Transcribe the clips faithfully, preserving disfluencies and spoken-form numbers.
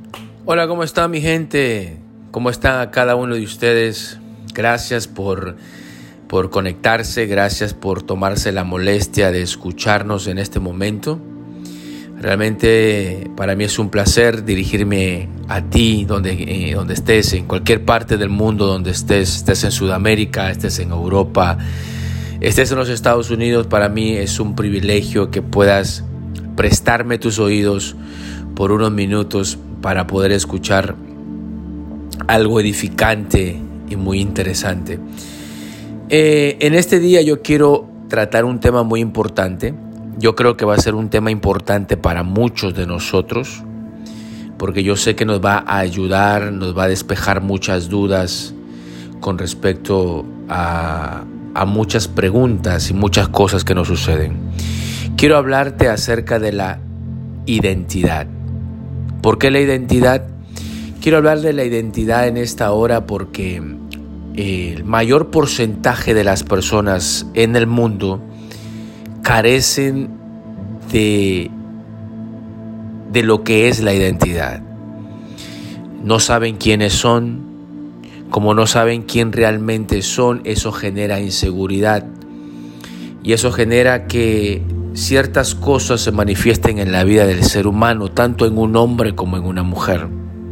Hola, ¿cómo está mi gente? ¿Cómo está cada uno de ustedes? Gracias por, por conectarse, gracias por tomarse la molestia de escucharnos en este momento. Realmente para mí es un placer dirigirme a ti donde, eh, donde estés, en cualquier parte del mundo donde estés, estés en Sudamérica, estés en Europa, estés en los Estados Unidos. Para mí es un privilegio que puedas prestarme tus oídos por unos minutos para poder escuchar algo edificante y muy interesante. Eh, en este día yo quiero tratar un tema muy importante. Yo creo que va a ser un tema importante para muchos de nosotros, porque yo sé que nos va a ayudar, nos va a despejar muchas dudas con respecto a, a muchas preguntas y muchas cosas que nos suceden. Quiero hablarte acerca de la identidad. ¿Por qué la identidad? Quiero hablar de la identidad en esta hora porque el mayor porcentaje de las personas en el mundo carecen de, de lo que es la identidad. No saben quiénes son. Como no saben quién realmente son, eso genera inseguridad. Y eso genera que ciertas cosas se manifiesten en la vida del ser humano, tanto en un hombre como en una mujer.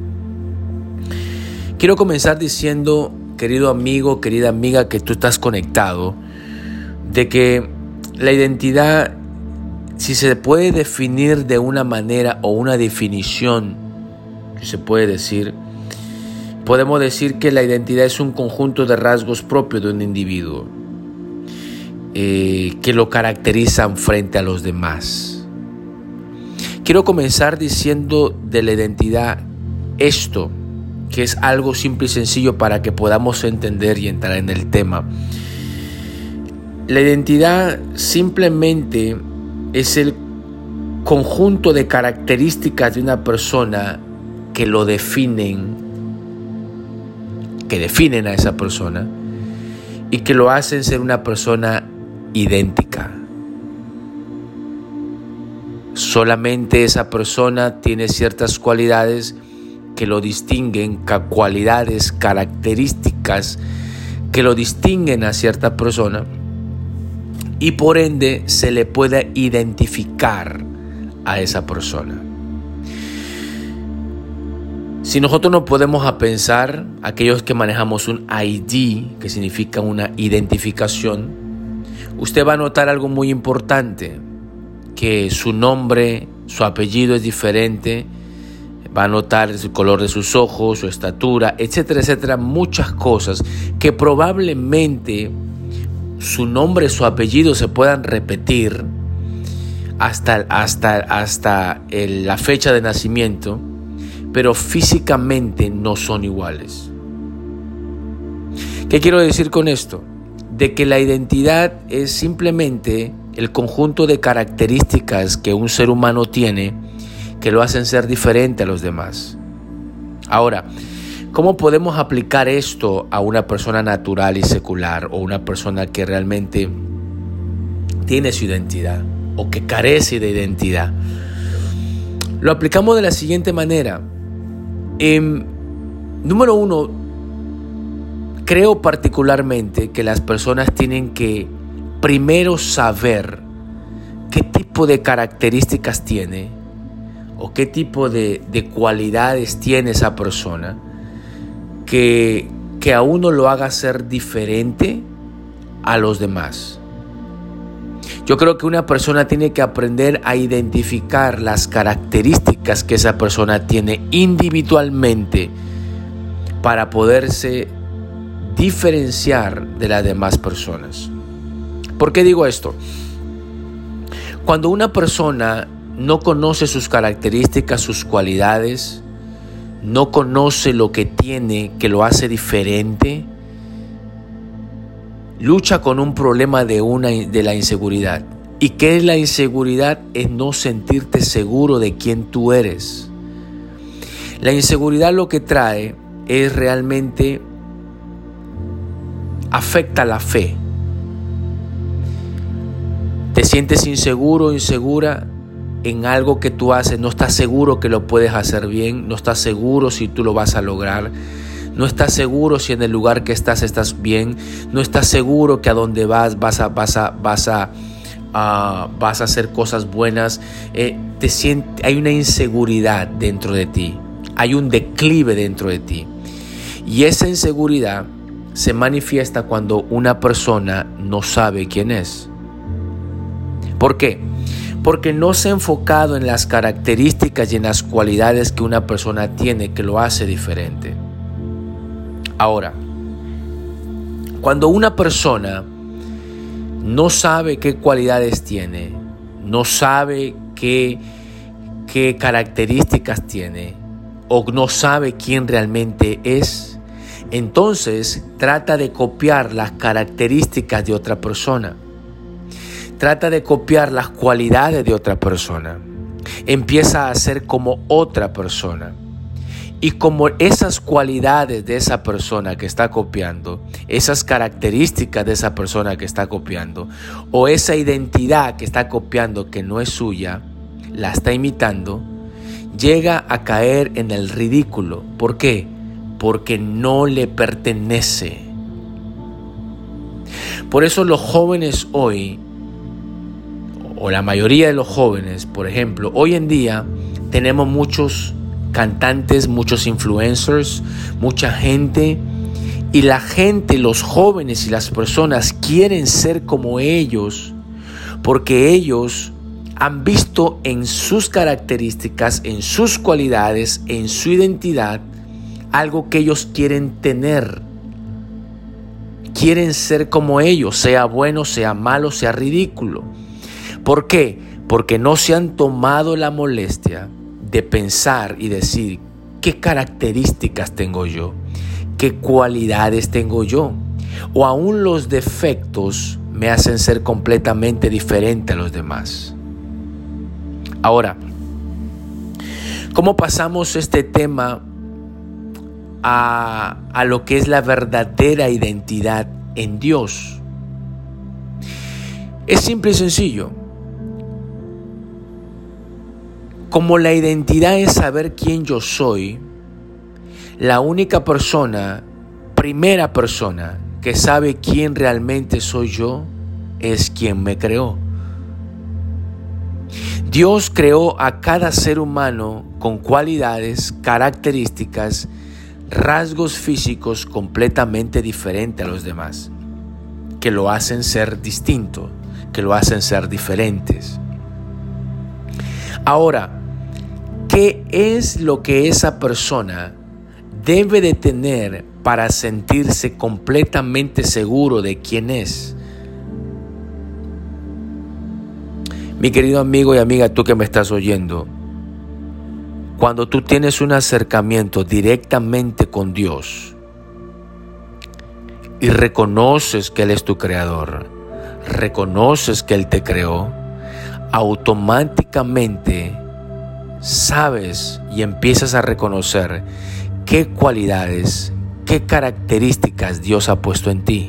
Quiero comenzar diciendo, querido amigo, querida amiga, que tú estás conectado, de que la identidad, si se puede definir de una manera o una definición, que se puede decir, podemos decir que la identidad es un conjunto de rasgos propios de un individuo eh, que lo caracterizan frente a los demás. Quiero comenzar diciendo de la identidad esto, que es algo simple y sencillo para que podamos entender y entrar en el tema. La identidad simplemente es el conjunto de características de una persona que lo definen, que definen a esa persona y que lo hacen ser una persona idéntica. Solamente esa persona tiene ciertas cualidades que lo distinguen, cualidades, características que lo distinguen a cierta persona, y por ende se le puede identificar a esa persona. Si nosotros nos podemos a pensar, aquellos que manejamos un I D, que significa una identificación, usted va a notar algo muy importante, que su nombre, su apellido es diferente, va a notar el color de sus ojos, su estatura, etcétera, etcétera, muchas cosas que probablemente su nombre, su apellido se puedan repetir hasta, hasta, hasta el, la fecha de nacimiento, pero físicamente no son iguales. ¿Qué quiero decir con esto? De que la identidad es simplemente el conjunto de características que un ser humano tiene que lo hacen ser diferente a los demás. Ahora, ¿cómo podemos aplicar esto a una persona natural y secular o una persona que realmente tiene su identidad o que carece de identidad? Lo aplicamos de la siguiente manera. Eh, número uno, creo particularmente que las personas tienen que primero saber qué tipo de características tiene o qué tipo de, de cualidades tiene esa persona que, que a uno lo haga ser diferente a los demás. Yo creo que una persona tiene que aprender a identificar las características que esa persona tiene individualmente para poderse diferenciar de las demás personas. ¿Por qué digo esto? Cuando una persona no conoce sus características, sus cualidades, no conoce lo que tiene que lo hace diferente, lucha con un problema de, una, de la inseguridad. ¿Y qué es la inseguridad? Es no sentirte seguro de quién tú eres. La inseguridad lo que trae es realmente afecta la fe. Te sientes inseguro, insegura en algo que tú haces no estás seguro que lo puedes hacer bien, no estás seguro si tú lo vas a lograr, no estás seguro si en el lugar que estás estás bien, no estás seguro que a donde vas vas a, vas a, vas a, uh, vas a hacer cosas buenas, eh, te sientes, hay una inseguridad dentro de ti, hay un declive dentro de ti. Y esa inseguridad se manifiesta cuando una persona no sabe quién es. ¿Por qué? Porque no se ha enfocado en las características y en las cualidades que una persona tiene que lo hace diferente. Ahora, cuando una persona no sabe qué cualidades tiene, no sabe qué, qué características tiene o no sabe quién realmente es, entonces trata de copiar las características de otra persona. Trata de copiar las cualidades de otra persona. Empieza a ser como otra persona. Y como esas cualidades de esa persona que está copiando, esas características de esa persona que está copiando, o esa identidad que está copiando que no es suya, la está imitando, llega a caer en el ridículo. ¿Por qué? Porque no le pertenece. Por eso los jóvenes hoy, o la mayoría de los jóvenes, por ejemplo, hoy en día tenemos muchos cantantes, muchos influencers, mucha gente, y la gente, los jóvenes y las personas quieren ser como ellos porque ellos han visto en sus características, en sus cualidades, en su identidad, algo que ellos quieren tener. Quieren ser como ellos, sea bueno, sea malo, sea ridículo. ¿Por qué? Porque no se han tomado la molestia de pensar y decir qué características tengo yo, qué cualidades tengo yo, o aún los defectos me hacen ser completamente diferente a los demás. Ahora, ¿cómo pasamos este tema a, a lo que es la verdadera identidad en Dios? Es simple y sencillo. Como la identidad es saber quién yo soy, la única persona, primera persona que sabe quién realmente soy yo es quien me creó. Dios creó a cada ser humano con cualidades, características, rasgos físicos completamente diferentes a los demás, que lo hacen ser distinto, que lo hacen ser diferentes. Ahora, ¿qué es lo que esa persona debe de tener para sentirse completamente seguro de quién es? Mi querido amigo y amiga, tú que me estás oyendo, cuando tú tienes un acercamiento directamente con Dios y reconoces que Él es tu creador, reconoces que Él te creó, automáticamente sabes y empiezas a reconocer qué cualidades, qué características Dios ha puesto en ti.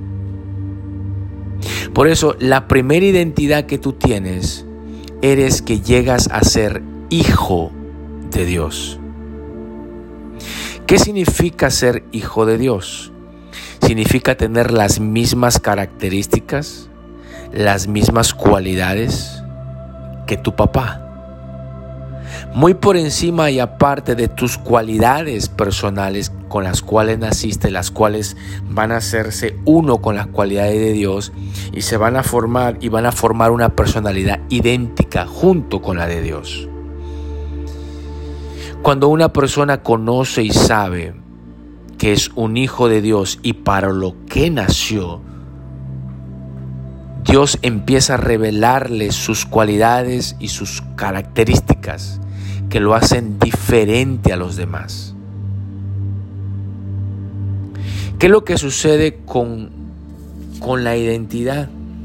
Por eso, la primera identidad que tú tienes, eres que llegas a ser hijo de Dios. ¿Qué significa ser hijo de Dios? Significa tener las mismas características, las mismas cualidades que tu papá. Muy por encima y aparte de tus cualidades personales con las cuales naciste, las cuales van a hacerse uno con las cualidades de Dios y se van a formar y van a formar una personalidad idéntica junto con la de Dios. Cuando una persona conoce y sabe que es un hijo de Dios y para lo que nació, Dios empieza a revelarle sus cualidades y sus características que lo hacen diferente a los demás. ¿Qué es lo que sucede con, con la identidad?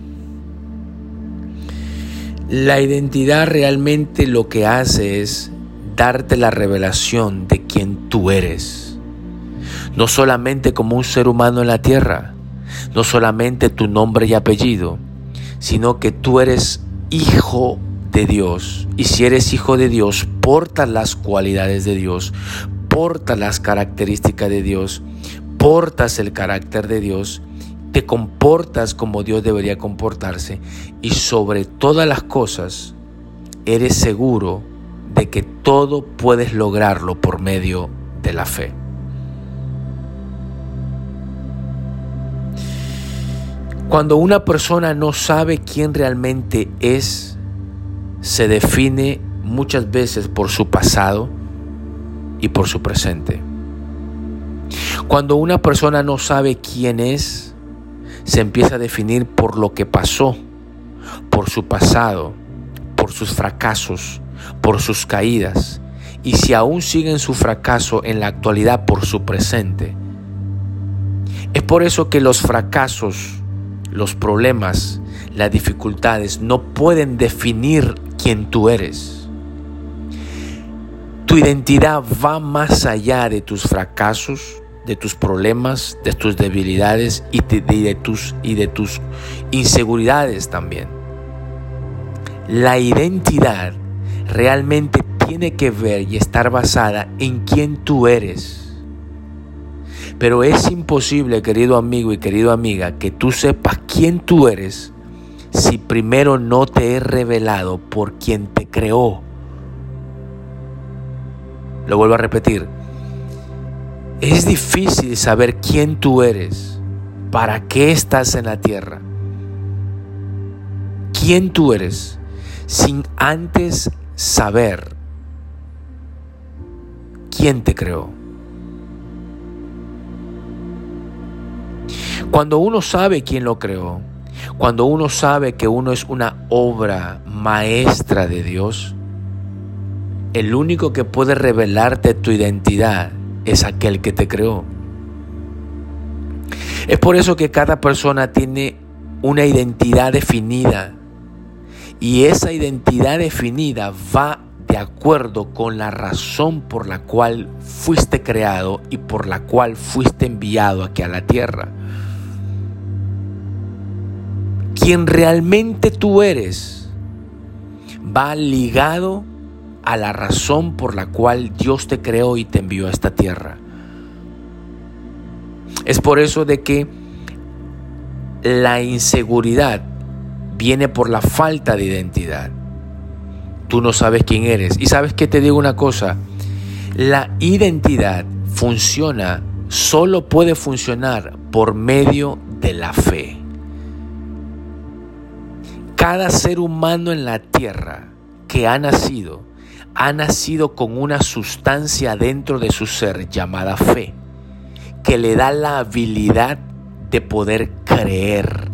La identidad realmente lo que hace es darte la revelación de quién tú eres. No solamente como un ser humano en la tierra, no solamente tu nombre y apellido, sino que tú eres hijo de Dios, y si eres hijo de Dios, portas las cualidades de Dios, portas las características de Dios, portas el carácter de Dios, te comportas como Dios debería comportarse, y sobre todas las cosas eres seguro de que todo puedes lograrlo por medio de la fe. Cuando una persona no sabe quién realmente es, se define muchas veces por su pasado y por su presente. Cuando una persona no sabe quién es, se empieza a definir por lo que pasó, por su pasado, por sus fracasos, por sus caídas, y si aún sigue en su fracaso en la actualidad, por su presente. Es por eso que los fracasos, los problemas, las dificultades no pueden definir quién tú eres. Tu identidad va más allá de tus fracasos, de tus problemas, de tus debilidades y de, de, de, tus, y de tus inseguridades también. La identidad realmente tiene que ver y estar basada en quién tú eres. Pero es imposible, querido amigo y querida amiga, que tú sepas quién tú eres si primero no te he revelado por quien te creó. Lo vuelvo a repetir. Es difícil saber quién tú eres, para qué estás en la tierra, quién tú eres, sin antes saber quién te creó. Cuando uno sabe quién lo creó, cuando uno sabe que uno es una obra maestra de Dios, el único que puede revelarte tu identidad es aquel que te creó. Es por eso que cada persona tiene una identidad definida, y esa identidad definida va de acuerdo con la razón por la cual fuiste creado y por la cual fuiste enviado aquí a la tierra. Quien realmente tú eres va ligado a la razón por la cual Dios te creó y te envió a esta tierra. Es por eso de que la inseguridad viene por la falta de identidad. Tú no sabes quién eres. Y sabes que te digo una cosa, la identidad funciona, solo puede funcionar por medio de la fe. Cada ser humano en la tierra que ha nacido, ha nacido con una sustancia dentro de su ser llamada fe, que le da la habilidad de poder creer.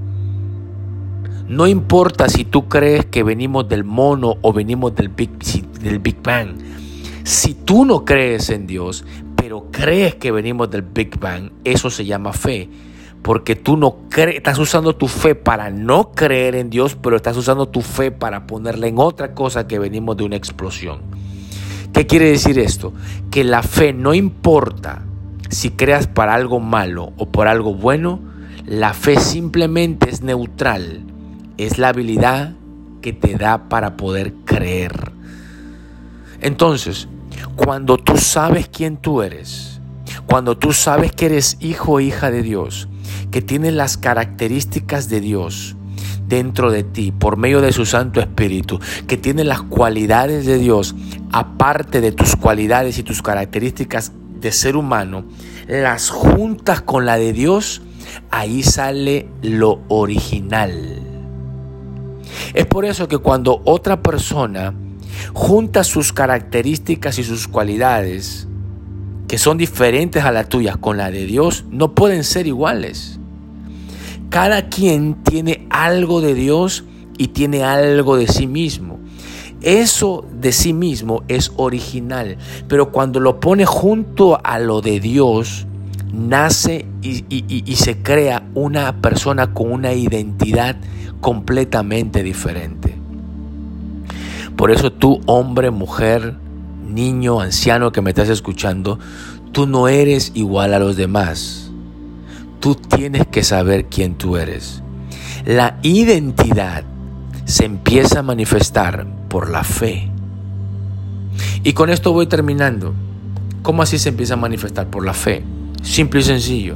No importa si tú crees que venimos del mono o venimos del Big, del Big Bang. Si tú no crees en Dios, pero crees que venimos del Big Bang, eso se llama fe. Porque tú no crees, estás usando tu fe para no creer en Dios, pero estás usando tu fe para ponerla en otra cosa que venimos de una explosión. ¿Qué quiere decir esto? Que la fe, no importa si creas para algo malo o por algo bueno, la fe simplemente es neutral. Es la habilidad que te da para poder creer. Entonces, cuando tú sabes quién tú eres, cuando tú sabes que eres hijo o hija de Dios, que tienes las características de Dios dentro de ti por medio de su Santo Espíritu, que tienes las cualidades de Dios aparte de tus cualidades y tus características de ser humano, las juntas con la de Dios, ahí sale lo original. Es por eso que cuando otra persona junta sus características y sus cualidades, que son diferentes a las tuyas, con la de Dios, no pueden ser iguales. Cada quien tiene algo de Dios y tiene algo de sí mismo. Eso de sí mismo es original, pero cuando lo pone junto a lo de Dios, nace y, y, y se crea una persona con una identidad completamente diferente. Por eso tú, hombre, mujer, niño, anciano que me estás escuchando, tú no eres igual a los demás. Tú tienes que saber quién tú eres. La identidad se empieza a manifestar por la fe. Y con esto voy terminando. ¿Cómo así se empieza a manifestar? Por la fe. Simple y sencillo.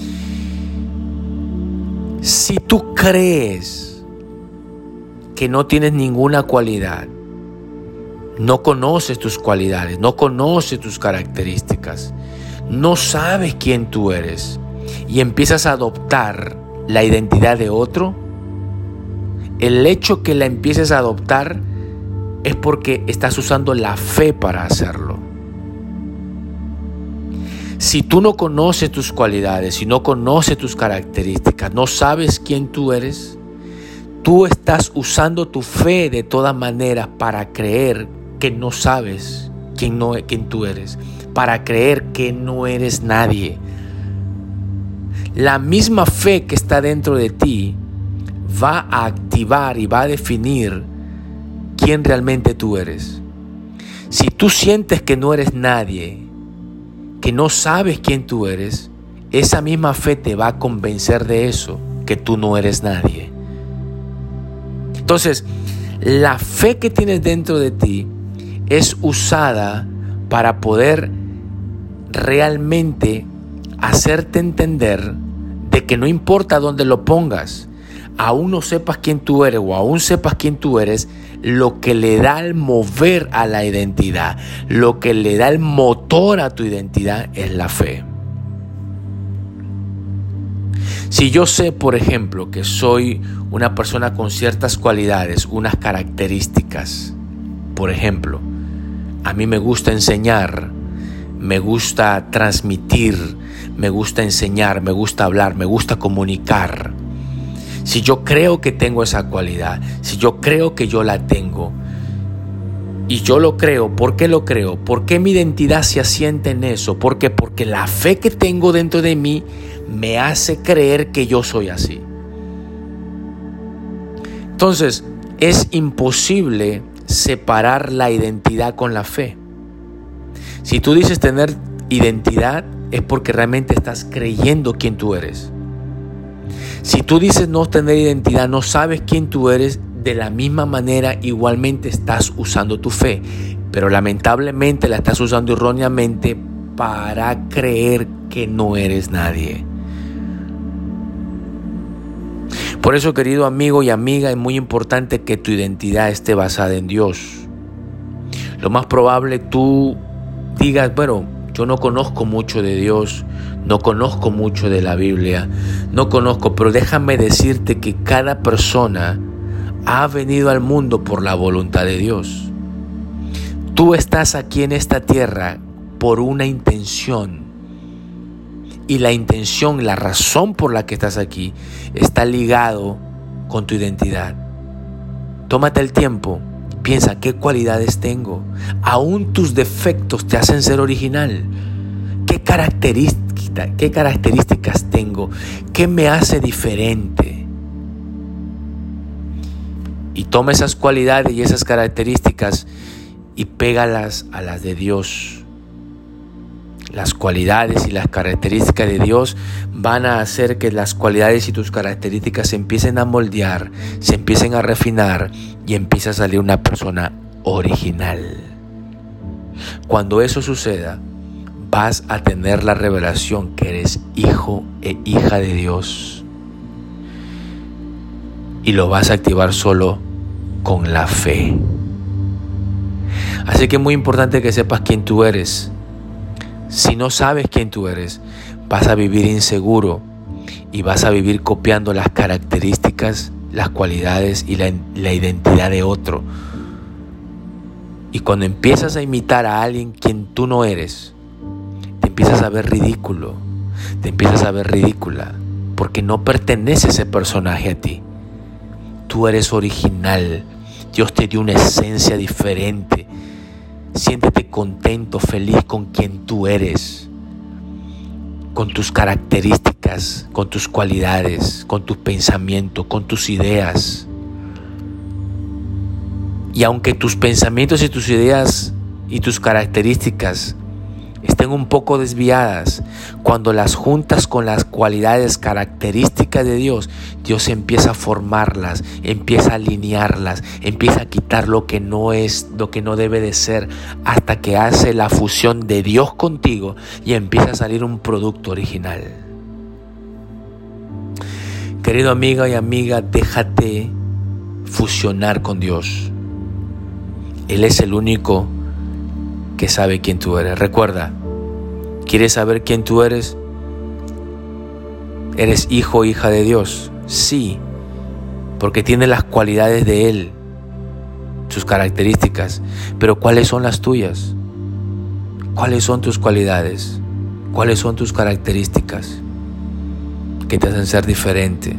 Si tú crees que no tienes ninguna cualidad, no conoces tus cualidades, no conoces tus características, no sabes quién tú eres y empiezas a adoptar la identidad de otro, el hecho que la empieces a adoptar es porque estás usando la fe para hacerlo. Si tú no conoces tus cualidades, si no conoces tus características, no sabes quién tú eres, tú estás usando tu fe de todas maneras para creer que no sabes quién, no, quién tú eres, para creer que no eres nadie. La misma fe que está dentro de ti va a activar y va a definir quién realmente tú eres. Si tú sientes que no eres nadie, que no sabes quién tú eres, esa misma fe te va a convencer de eso, que tú no eres nadie. Entonces, la fe que tienes dentro de ti es usada para poder realmente hacerte entender de que no importa dónde lo pongas, aún no sepas quién tú eres o aún sepas quién tú eres, lo que le da el mover a la identidad, lo que le da el motor a tu identidad es la fe. Si yo sé, por ejemplo, que soy una persona con ciertas cualidades, unas características, por ejemplo, a mí me gusta enseñar, me gusta transmitir, me gusta enseñar, me gusta hablar, me gusta comunicar. Si yo creo que tengo esa cualidad, si yo creo que yo la tengo, y yo lo creo, ¿por qué lo creo? ¿Por qué mi identidad se asienta en eso? ¿Por qué? Porque la fe que tengo dentro de mí me hace creer que yo soy así. Entonces, es imposible separar la identidad con la fe. Si tú dices tener identidad, es porque realmente estás creyendo quién tú eres. Si tú dices no tener identidad, no sabes quién tú eres, de la misma manera igualmente estás usando tu fe, pero lamentablemente la estás usando erróneamente para creer que no eres nadie. Por eso, querido amigo y amiga, es muy importante que tu identidad esté basada en Dios. Lo más probable tú digas, bueno, yo no conozco mucho de Dios, no conozco mucho de la Biblia, no conozco, pero déjame decirte que cada persona ha venido al mundo por la voluntad de Dios. Tú estás aquí en esta tierra por una intención. Y la intención, la razón por la que estás aquí, está ligado con tu identidad. Tómate el tiempo, piensa qué cualidades tengo. Aún tus defectos te hacen ser original. ¿Qué características, qué características tengo? ¿Qué me hace diferente? Y toma esas cualidades y esas características y pégalas a las de Dios. Las cualidades y las características de Dios van a hacer que las cualidades y tus características se empiecen a moldear, se empiecen a refinar y empieza a salir una persona original. Cuando eso suceda, vas a tener la revelación que eres hijo e hija de Dios. Y lo vas a activar solo con la fe. Así que es muy importante que sepas quién tú eres. Si no sabes quién tú eres, vas a vivir inseguro y vas a vivir copiando las características, las cualidades y la, la identidad de otro. Y cuando empiezas a imitar a alguien quien tú no eres, te empiezas a ver ridículo, te empiezas a ver ridícula, porque no pertenece ese personaje a ti. Tú eres original, Dios te dio una esencia diferente. Siéntete contento, feliz con quien tú eres, con tus características, con tus cualidades, con tus pensamientos, con tus ideas. Y aunque tus pensamientos y tus ideas y tus características estén un poco desviadas, cuando las juntas con las cualidades características de Dios, Dios empieza a formarlas, empieza a alinearlas, empieza a quitar lo que no es, lo que no debe de ser, hasta que hace la fusión de Dios contigo y empieza a salir un producto original. Querido amigo y amiga, déjate fusionar con Dios. Él es el único que sabe quién tú eres. Recuerda, ¿quieres saber quién tú eres? ¿Eres hijo o hija de Dios? Sí, porque tienes las cualidades de Él, sus características. Pero ¿cuáles son las tuyas? ¿Cuáles son tus cualidades? ¿Cuáles son tus características que te hacen ser diferente?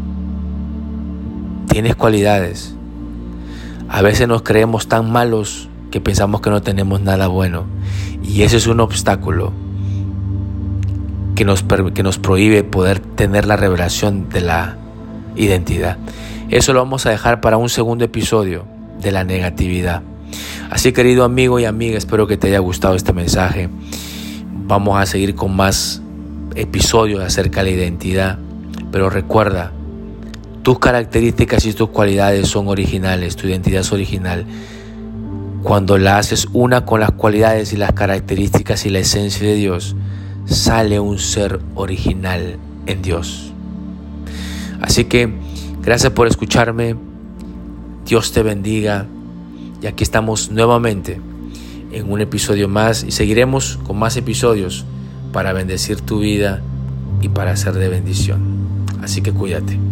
Tienes cualidades. A veces nos creemos tan malos que pensamos que no tenemos nada bueno, y ese es un obstáculo que nos, que nos prohíbe poder tener la revelación de la identidad. Eso lo vamos a dejar para un segundo episodio de la negatividad. Así, querido amigo y amiga, espero que te haya gustado este mensaje. Vamos a seguir con más episodios acerca de la identidad, pero recuerda, tus características y tus cualidades son originales, tu identidad es original. Cuando la haces una con las cualidades y las características y la esencia de Dios, sale un ser original en Dios. Así que gracias por escucharme. Dios te bendiga. Y aquí estamos nuevamente en un episodio más, y seguiremos con más episodios para bendecir tu vida y para ser de bendición. Así que cuídate.